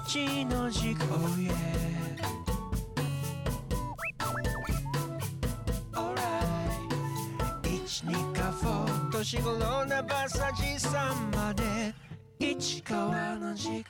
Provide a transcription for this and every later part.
日の軸 Oh yeah Alright 12か4年頃な馬さじさんまで市川の軸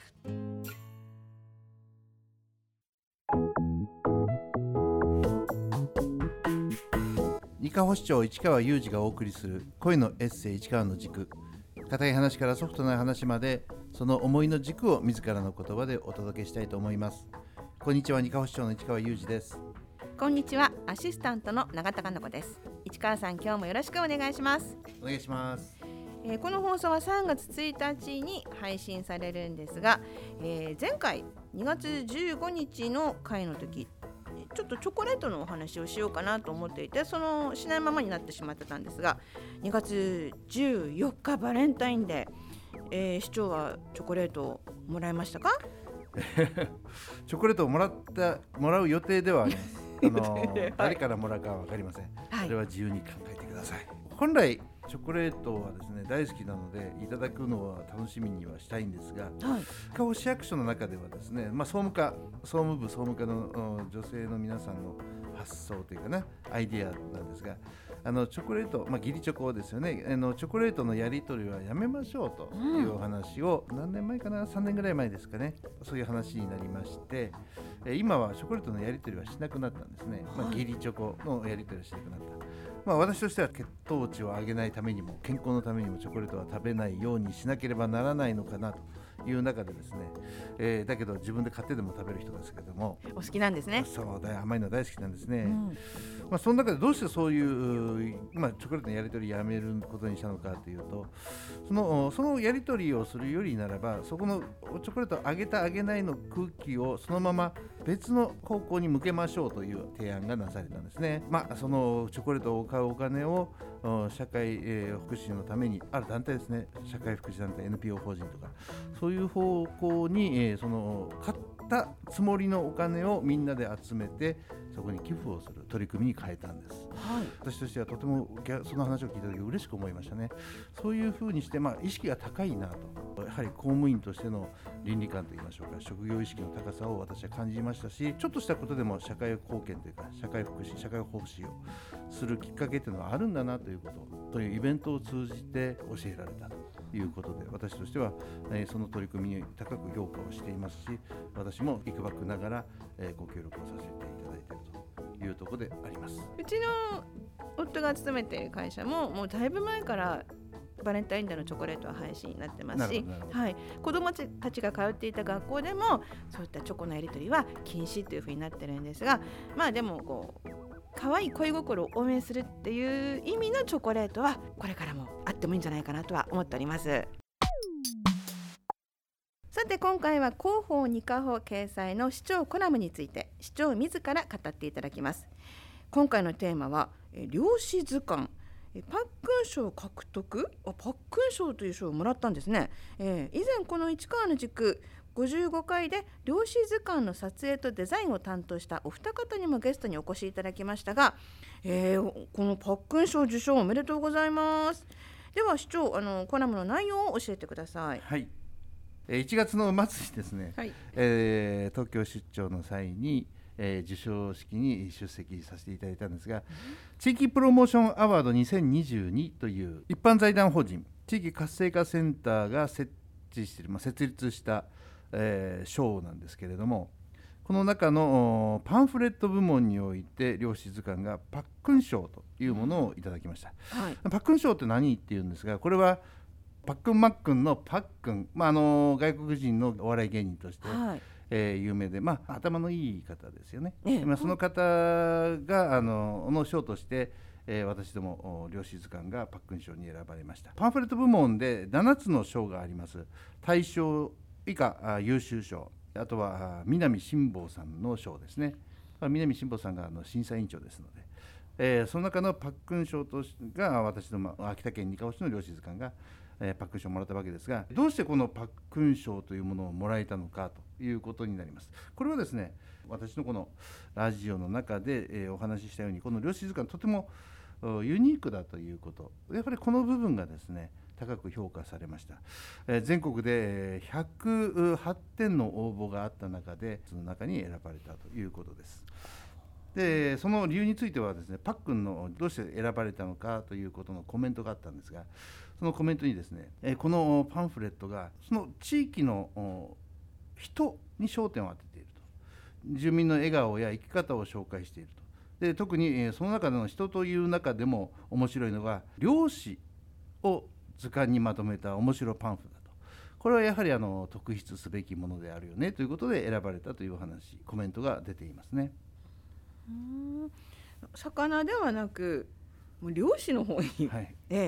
二課保市長市川裕二がお送りする恋のエッセイ市川の軸。固い話からソフトな話まで、その思いの軸を自らの言葉でお届けしたいと思います。こんにちは、二課保市長の市川裕二です。 こんにちは、アシスタントの永田香奈子です。市川さん、今日もよろしくお願いします。 お願いします。 この放送は3月1日に配信されるんですが、前回2月15日の回の時ちょっとチョコレートのお話をしようかなと思っていて、そのしないままになってしまってたんですが、2月14日バレンタインデー、市長はチョコレートをもらいましたか？ チョコレートをもらう予定ではありますはい誰からもらうかは分かりません、 はい、 それは自由に考えてください。本来チョコレートはですね大好きなのでいただくのは楽しみにはしたいんですが、高尾市役所の中ではですね、総務課の女性の皆さんの発想というかなアイディアなんですが、チョコレート、義理チョコですよね、チョコレートのやり取りはやめましょうというお話を、何年前かな、3年ぐらい前ですかね、そういう話になりまして、今はチョコレートのやり取りはしなくなったんですね、義理チョコのやり取りはしなくなった。私としては血糖値を上げないためにも健康のためにもチョコレートは食べないようにしなければならないのかなという中でですね、だけど自分で買ってでも食べる人ですけども、 お好きなんですね。 そうだ、甘いの大好きなんですね、その中でどうしてそういうチョコレートのやり取りやめることにしたのかというと、そのやり取りをするよりならば、そこのチョコレートをあげたあげないの空気をそのまま別の方向に向けましょうという提案がなされたんですね。そのチョコレートを買うお金を社会、福祉のためにある団体ですね、社会福祉団体 NPO 法人とかそういう方向に、その買ったつもりのお金をみんなで集めてそこに寄付をする取り組みに変えたんです、私としてはとてもその話を聞いた時嬉しく思いましたね。そういうふうにして、意識が高いなと、やはり公務員としての倫理観といいましょうか、職業意識の高さを私は感じましたし、ちょっとしたことでも社会貢献というか社会福祉、社会奉仕をするきっかけというのはあるんだなということというイベントを通じて教えられたということで、私としては、その取り組みに高く評価をしていますし、私もいくばくながら、ご協力をさせていただいているというところであります。 うちの夫が勤めている会社ももうだいぶ前からバレンタインデーのチョコレートは配信になってますし、子どもたちが通っていた学校でもそういったチョコのやり取りは禁止というふうになってるんですが、でも可愛い恋心を応援するっていう意味のチョコレートはこれからもあってもいいんじゃないかなとは思っております。さて、今回は広報二課法掲載の市長コラムについて市長自ら語っていただきます。今回のテーマは漁師図鑑、パックン賞獲得、パックン賞という賞をもらったんですね。以前この市川の軸55回で漁師図鑑の撮影とデザインを担当したお二方にもゲストにお越しいただきましたが、このパックン賞受賞おめでとうございます。では市長、コラムの内容を教えてください。 1月の末にですね、東京出張の際に、授賞式に出席させていただいたんですが、地域プロモーションアワード2022という一般財団法人地域活性化センターが設立した賞なんですけれども、この中のパンフレット部門において漁師図鑑がパックン賞というものをいただきました、パックン賞って何っていうんですが、これはパックンマックンのパックン、外国人のお笑い芸人として、有名で、頭のいい方ですよね、その方がの賞として、私ども漁師図鑑がパックン賞に選ばれました。パンフレット部門で7つの賞があります。大賞以下優秀賞、あとは南辛坊さんの賞ですね。南辛坊さんが審査委員長ですので、その中のパックン賞が私ども秋田県にかほ市の漁師図鑑がパックン賞をもらったわけですが、どうしてこのパックン賞というものをもらえたのかということになります。これはですね、私のこのラジオの中で、お話ししたように、この漁師図鑑とてもユニークだということ、やっぱりこの部分がですね、 高く評価されました。全国で108点の応募があった中でその中に選ばれたということです。でその理由についてはですね、パックンのどうして選ばれたのかということのコメントがあったんですが、そのコメントにですね、このパンフレットがその地域の人に焦点を当てていると、住民の笑顔や生き方を紹介していると。で特にその中での人という中でも面白いのが漁師を図鑑にまとめた面白パンフだと。これはやはり特筆すべきものであるよねということで選ばれたという話、コメントが出ていますね。 魚ではなくもう漁師の方に、はい、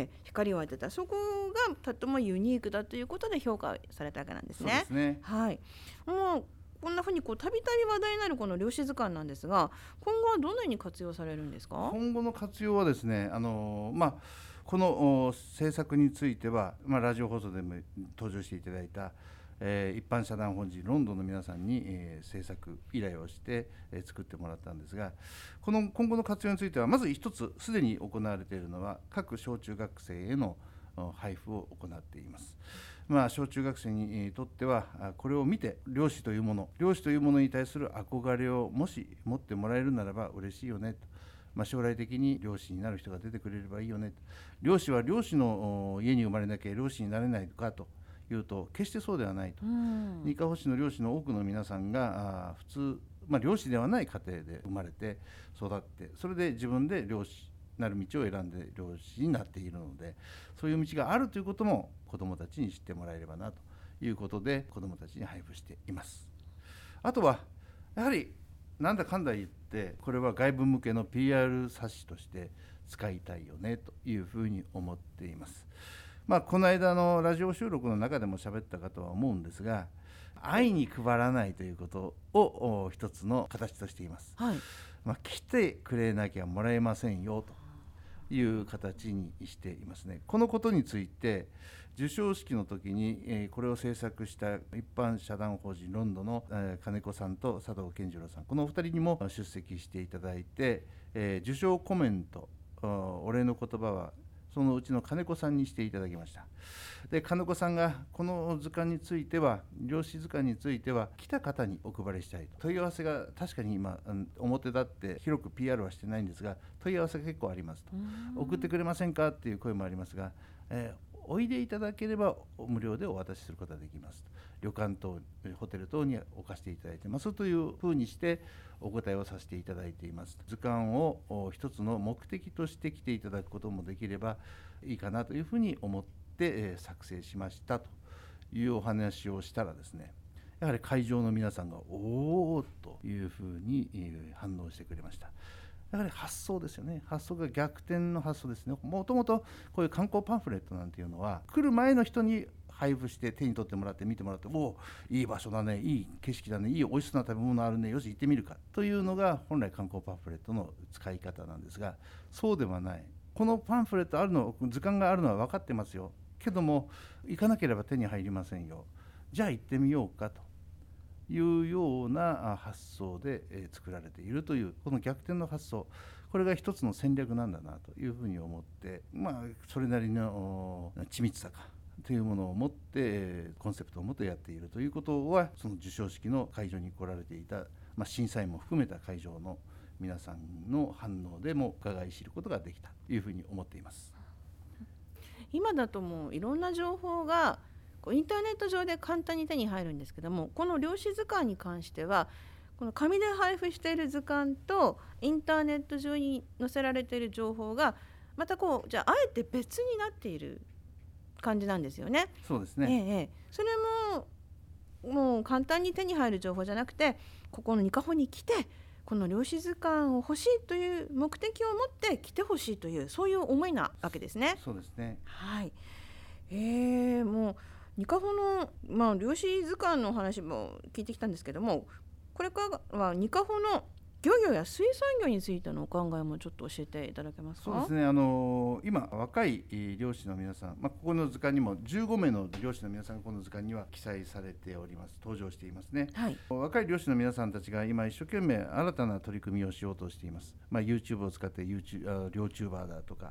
光を当てた、そこがとてもユニークだということで評価されたわけなんですね。 そうですね、 はい、もうこんなふうにたびたび話題になるこの漁師図鑑なんですが、今後はどのように活用されるんですか？ 今後の活用はですね、この制作については、ラジオ放送でも登場していただいた一般社団法人ロンドンの皆さんに制作依頼をして作ってもらったんですが、今後の活用についてはまず一つすでに行われているのは各小中学生への配布を行っています。小中学生にとってはこれを見て漁師というものに対する憧れをもし持ってもらえるならば嬉しいよねと、将来的に漁師になる人が出てくれればいいよねと。漁師は漁師の家に生まれなきゃ漁師になれないのかというと決してそうではないと。にかほ市の漁師の多くの皆さんが普通、漁師ではない家庭で生まれて育って、それで自分で漁師なる道を選んで漁師になっているので、そういう道があるということも子どもたちに知ってもらえればなということで子どもたちに配布しています。あとはやはりなんだかんだ言ってこれは外部向けの PR 冊子として使いたいよねというふうに思っています。この間のラジオ収録の中でも喋ったかとは思うんですが、愛に配らないということを一つの形としています。 はい、 来てくれなきゃもらえませんよという形にしていますね。このことについて授賞式の時にこれを制作した一般社団法人ロンドの金子さんと佐藤健次郎さん、このお二人にも出席していただいて、受賞コメント、お礼の言葉はそのうちの金子さんにしていただきました。で金子さんがこの図鑑については、漁師図鑑については来た方にお配りしたいと。問い合わせが確かに今表立って広く PR はしてないんですが、問い合わせが結構ありますと。送ってくれませんかっていう声もありますが、おいでいただければ無料でお渡しすることができますと。旅館等ホテル等に置かせていただいてますというふうにしてお答えをさせていただいています。図鑑を一つの目的として来ていただくこともできればいいかなというふうに思って作成しましたというお話をしたらですね、やはり会場の皆さんがおーというふうに反応してくれました。やはり発想ですよね。発想が逆転の発想ですね。もともとこういう観光パンフレットなんていうのは来る前の人に配布して手に取ってもらって見てもらって、おいい場所だね、いい景色だね、いい美味しそうな食べ物あるね、よし行ってみるかというのが本来観光パンフレットの使い方なんですが、そうではない。このパンフレットあるの、図鑑があるのは分かってますよけども行かなければ手に入りませんよ、じゃあ行ってみようかというような発想で作られているというこの逆転の発想、これが一つの戦略なんだなというふうに思って、それなりの緻密さかというものを持ってコンセプトを持ってやっているということは、その授賞式の会場に来られていた、審査員も含めた会場の皆さんの反応でも伺い知ることができたというふうに思っています。 今だともういろんな情報がインターネット上で簡単に手に入るんですけども、この漁師図鑑に関してはこの紙で配布している図鑑とインターネット上に載せられている情報がまたじゃああえて別になっている感じなんですよね。 そうですね、 それもう簡単に手に入る情報じゃなくて、ここのにかほに来てこの漁師図鑑を欲しいという目的を持って来てほしいという、そういう思いなわけですね。 そうですね。 はい。もうにかほの、漁師図鑑の話も聞いてきたんですけども、これからはにかほの漁業や水産業についてのお考えもちょっと教えていただけますか。 そうですね、今若い漁師の皆さん、ここの図鑑にも15名の漁師の皆さんがこの図鑑には記載されております。登場していますね、はい、若い漁師の皆さんたちが今一生懸命新たな取り組みをしようとしています。YouTube を使って漁チューバーだとか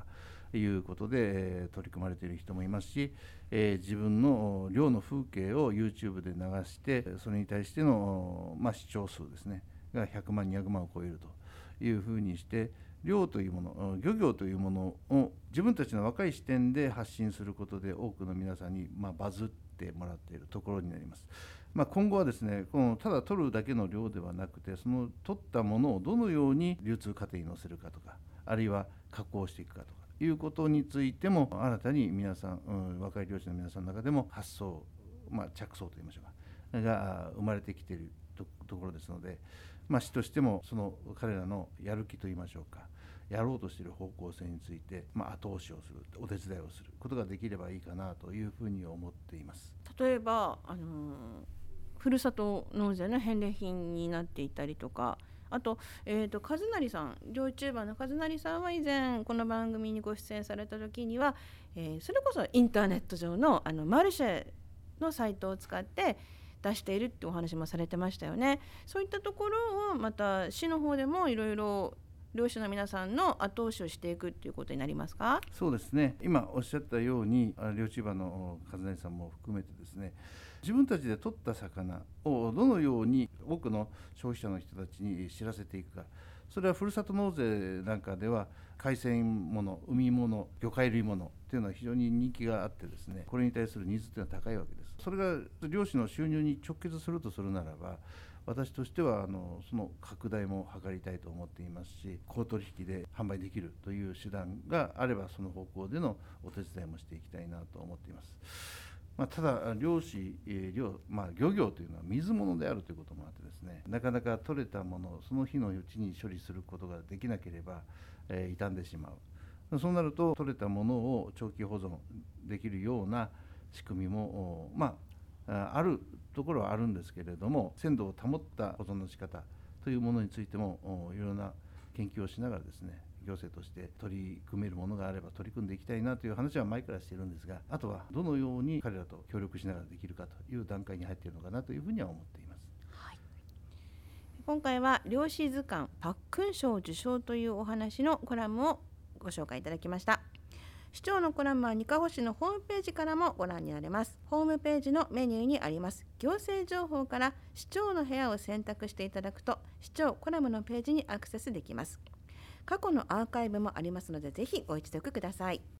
いうことで、取り組まれている人もいますし、自分の漁の風景を YouTube で流して、それに対しての、視聴数ですねが100万200万を超えるというふうにして、漁というもの、漁業というものを自分たちの若い視点で発信することで、多くの皆さんにバズってもらっているところになります。今後はですね、このただ取るだけの量ではなくて、その取ったものをどのように流通過程に乗せるかとか、あるいは加工していくかとかいうことについても、新たに皆さん、若い漁師の皆さんの中でも発想、着想といいましょうかが生まれてきているところですので、市としてもその彼らのやる気といいましょうか、やろうとしている方向性について、後押しをする、お手伝いをすることができればいいかなというふうに思っています。 例えばふるさと納税の返礼品になっていたりとか、あと、和成さん、漁 YouTuber の和成さんは以前この番組にご出演された時には、それこそインターネット上のマルシェのサイトを使って出しているってお話もされてましたよね。そういったところをまた市の方でもいろいろ漁師の皆さんの後押しをしていくっていうことになりますか？ そうですね、今おっしゃったように、漁師場の和成さんも含めてですね、自分たちで取った魚をどのように多くの消費者の人たちに知らせていくか、それはふるさと納税なんかでは海鮮物、海物、魚介類物っていうのは非常に人気があってですね、これに対するニーズっていうのは高いわけです。それが漁師の収入に直結するとするならば、私としてはその拡大も図りたいと思っていますし、公取引で販売できるという手段があれば、その方向でのお手伝いもしていきたいなと思っています。ただ漁師、漁業というのは水物であるということもあってですね、なかなか取れたものをその日のうちに処理することができなければ、傷んでしまう。そうなると取れたものを長期保存できるような仕組みもあるところはあるんですけれども、鮮度を保った保存の仕方というものについてもいろいろな研究をしながらですね、行政として取り組めるものがあれば取り組んでいきたいなという話は前からしているんですが、あとはどのように彼らと協力しながらできるかという段階に入っているのかなというふうには思っています。 はい、今回は漁師図鑑パックン賞受賞というお話のコラムをご紹介いただきました。市長のコラムはにかほ市のホームページからもご覧になれます。ホームページのメニューにあります行政情報から市長の部屋を選択していただくと、市長コラムのページにアクセスできます。過去のアーカイブもありますので、ぜひご一読ください。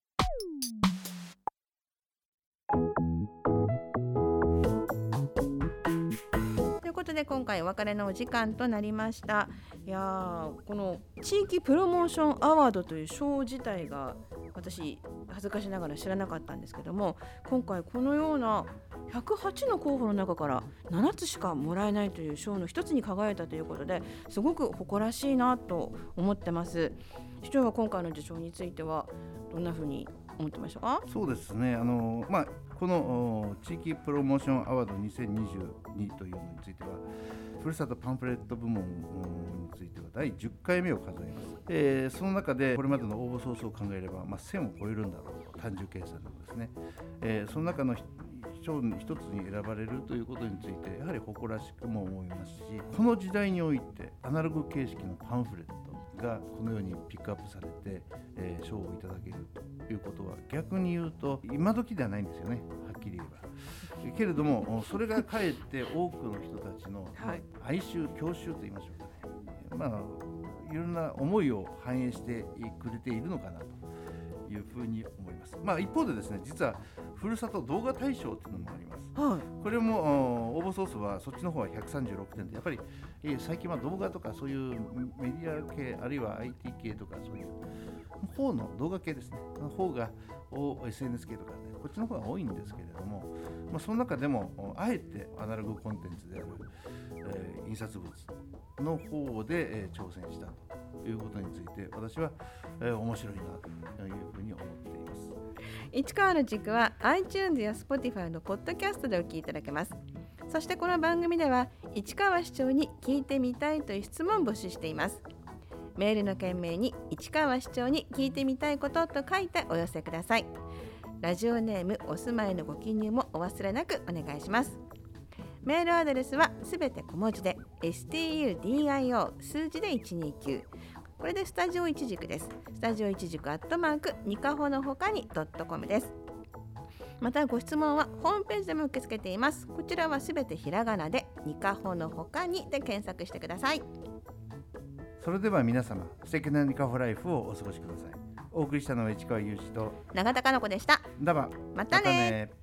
ということで、今回お別れのお時間となりました。いやこの地域プロモーションアワードという賞自体が私恥ずかしながら知らなかったんですけども、今回このような108の候補の中から7つしかもらえないという賞の一つに輝いたということで、すごく誇らしいなと思ってます。市長は今回の受賞についてはどんなふうに思ってましたか？ そうですね、この地域プロモーションアワード2022というのについては、ふるさとパンフレット部門については第10回目を数えます。その中でこれまでの応募総数を考えれば、1000を超えるんだろうと、単純計算でもですね、その中の賞の一つに選ばれるということについてやはり誇らしくも思いますし、この時代においてアナログ形式のパンフレットがこのようにピックアップされて賞をいただけるということは、逆に言うと今時ではないんですよね、はっきり言えば。けれどもそれがかえって多くの人たちの哀愁、郷愁といいましょうかね、いろんな思いを反映してくれているのかなというふうに思います。一方でですね、実はふるさと動画大賞というのもあります。これも応募総数はそっちの方は136点で、やっぱり最近は動画とかそういうメディア系、あるいは IT 系とかそういう方の動画系ですね、の方が SNS 系とかね、こっちの方が多いんですけれども、その中でもあえてアナログコンテンツである、印刷物の方で、挑戦したということについて、私は、面白いなというふうに思っています。 市川の軸は iTunes や Spotify のポッドキャストでお聞きいただけます。そしてこの番組では市川市長に聞いてみたいという質問を募集しています。メールの件名に市川市長に聞いてみたいことと書いてお寄せください。ラジオネーム、お住まいのご記入もお忘れなくお願いします。メールアドレスはすべて小文字で studio 数字で129 これでスタジオいちじくです。スタジオいちじくニカホのほかに.com です。またご質問はホームページでも受け付けています。こちらはすべてひらがなでニカホのほかにで検索してください。 それでは皆様、素敵なニカホライフをお過ごしください。お送りしたのは市川祐二と永田香奈子でした。 どうもまたね。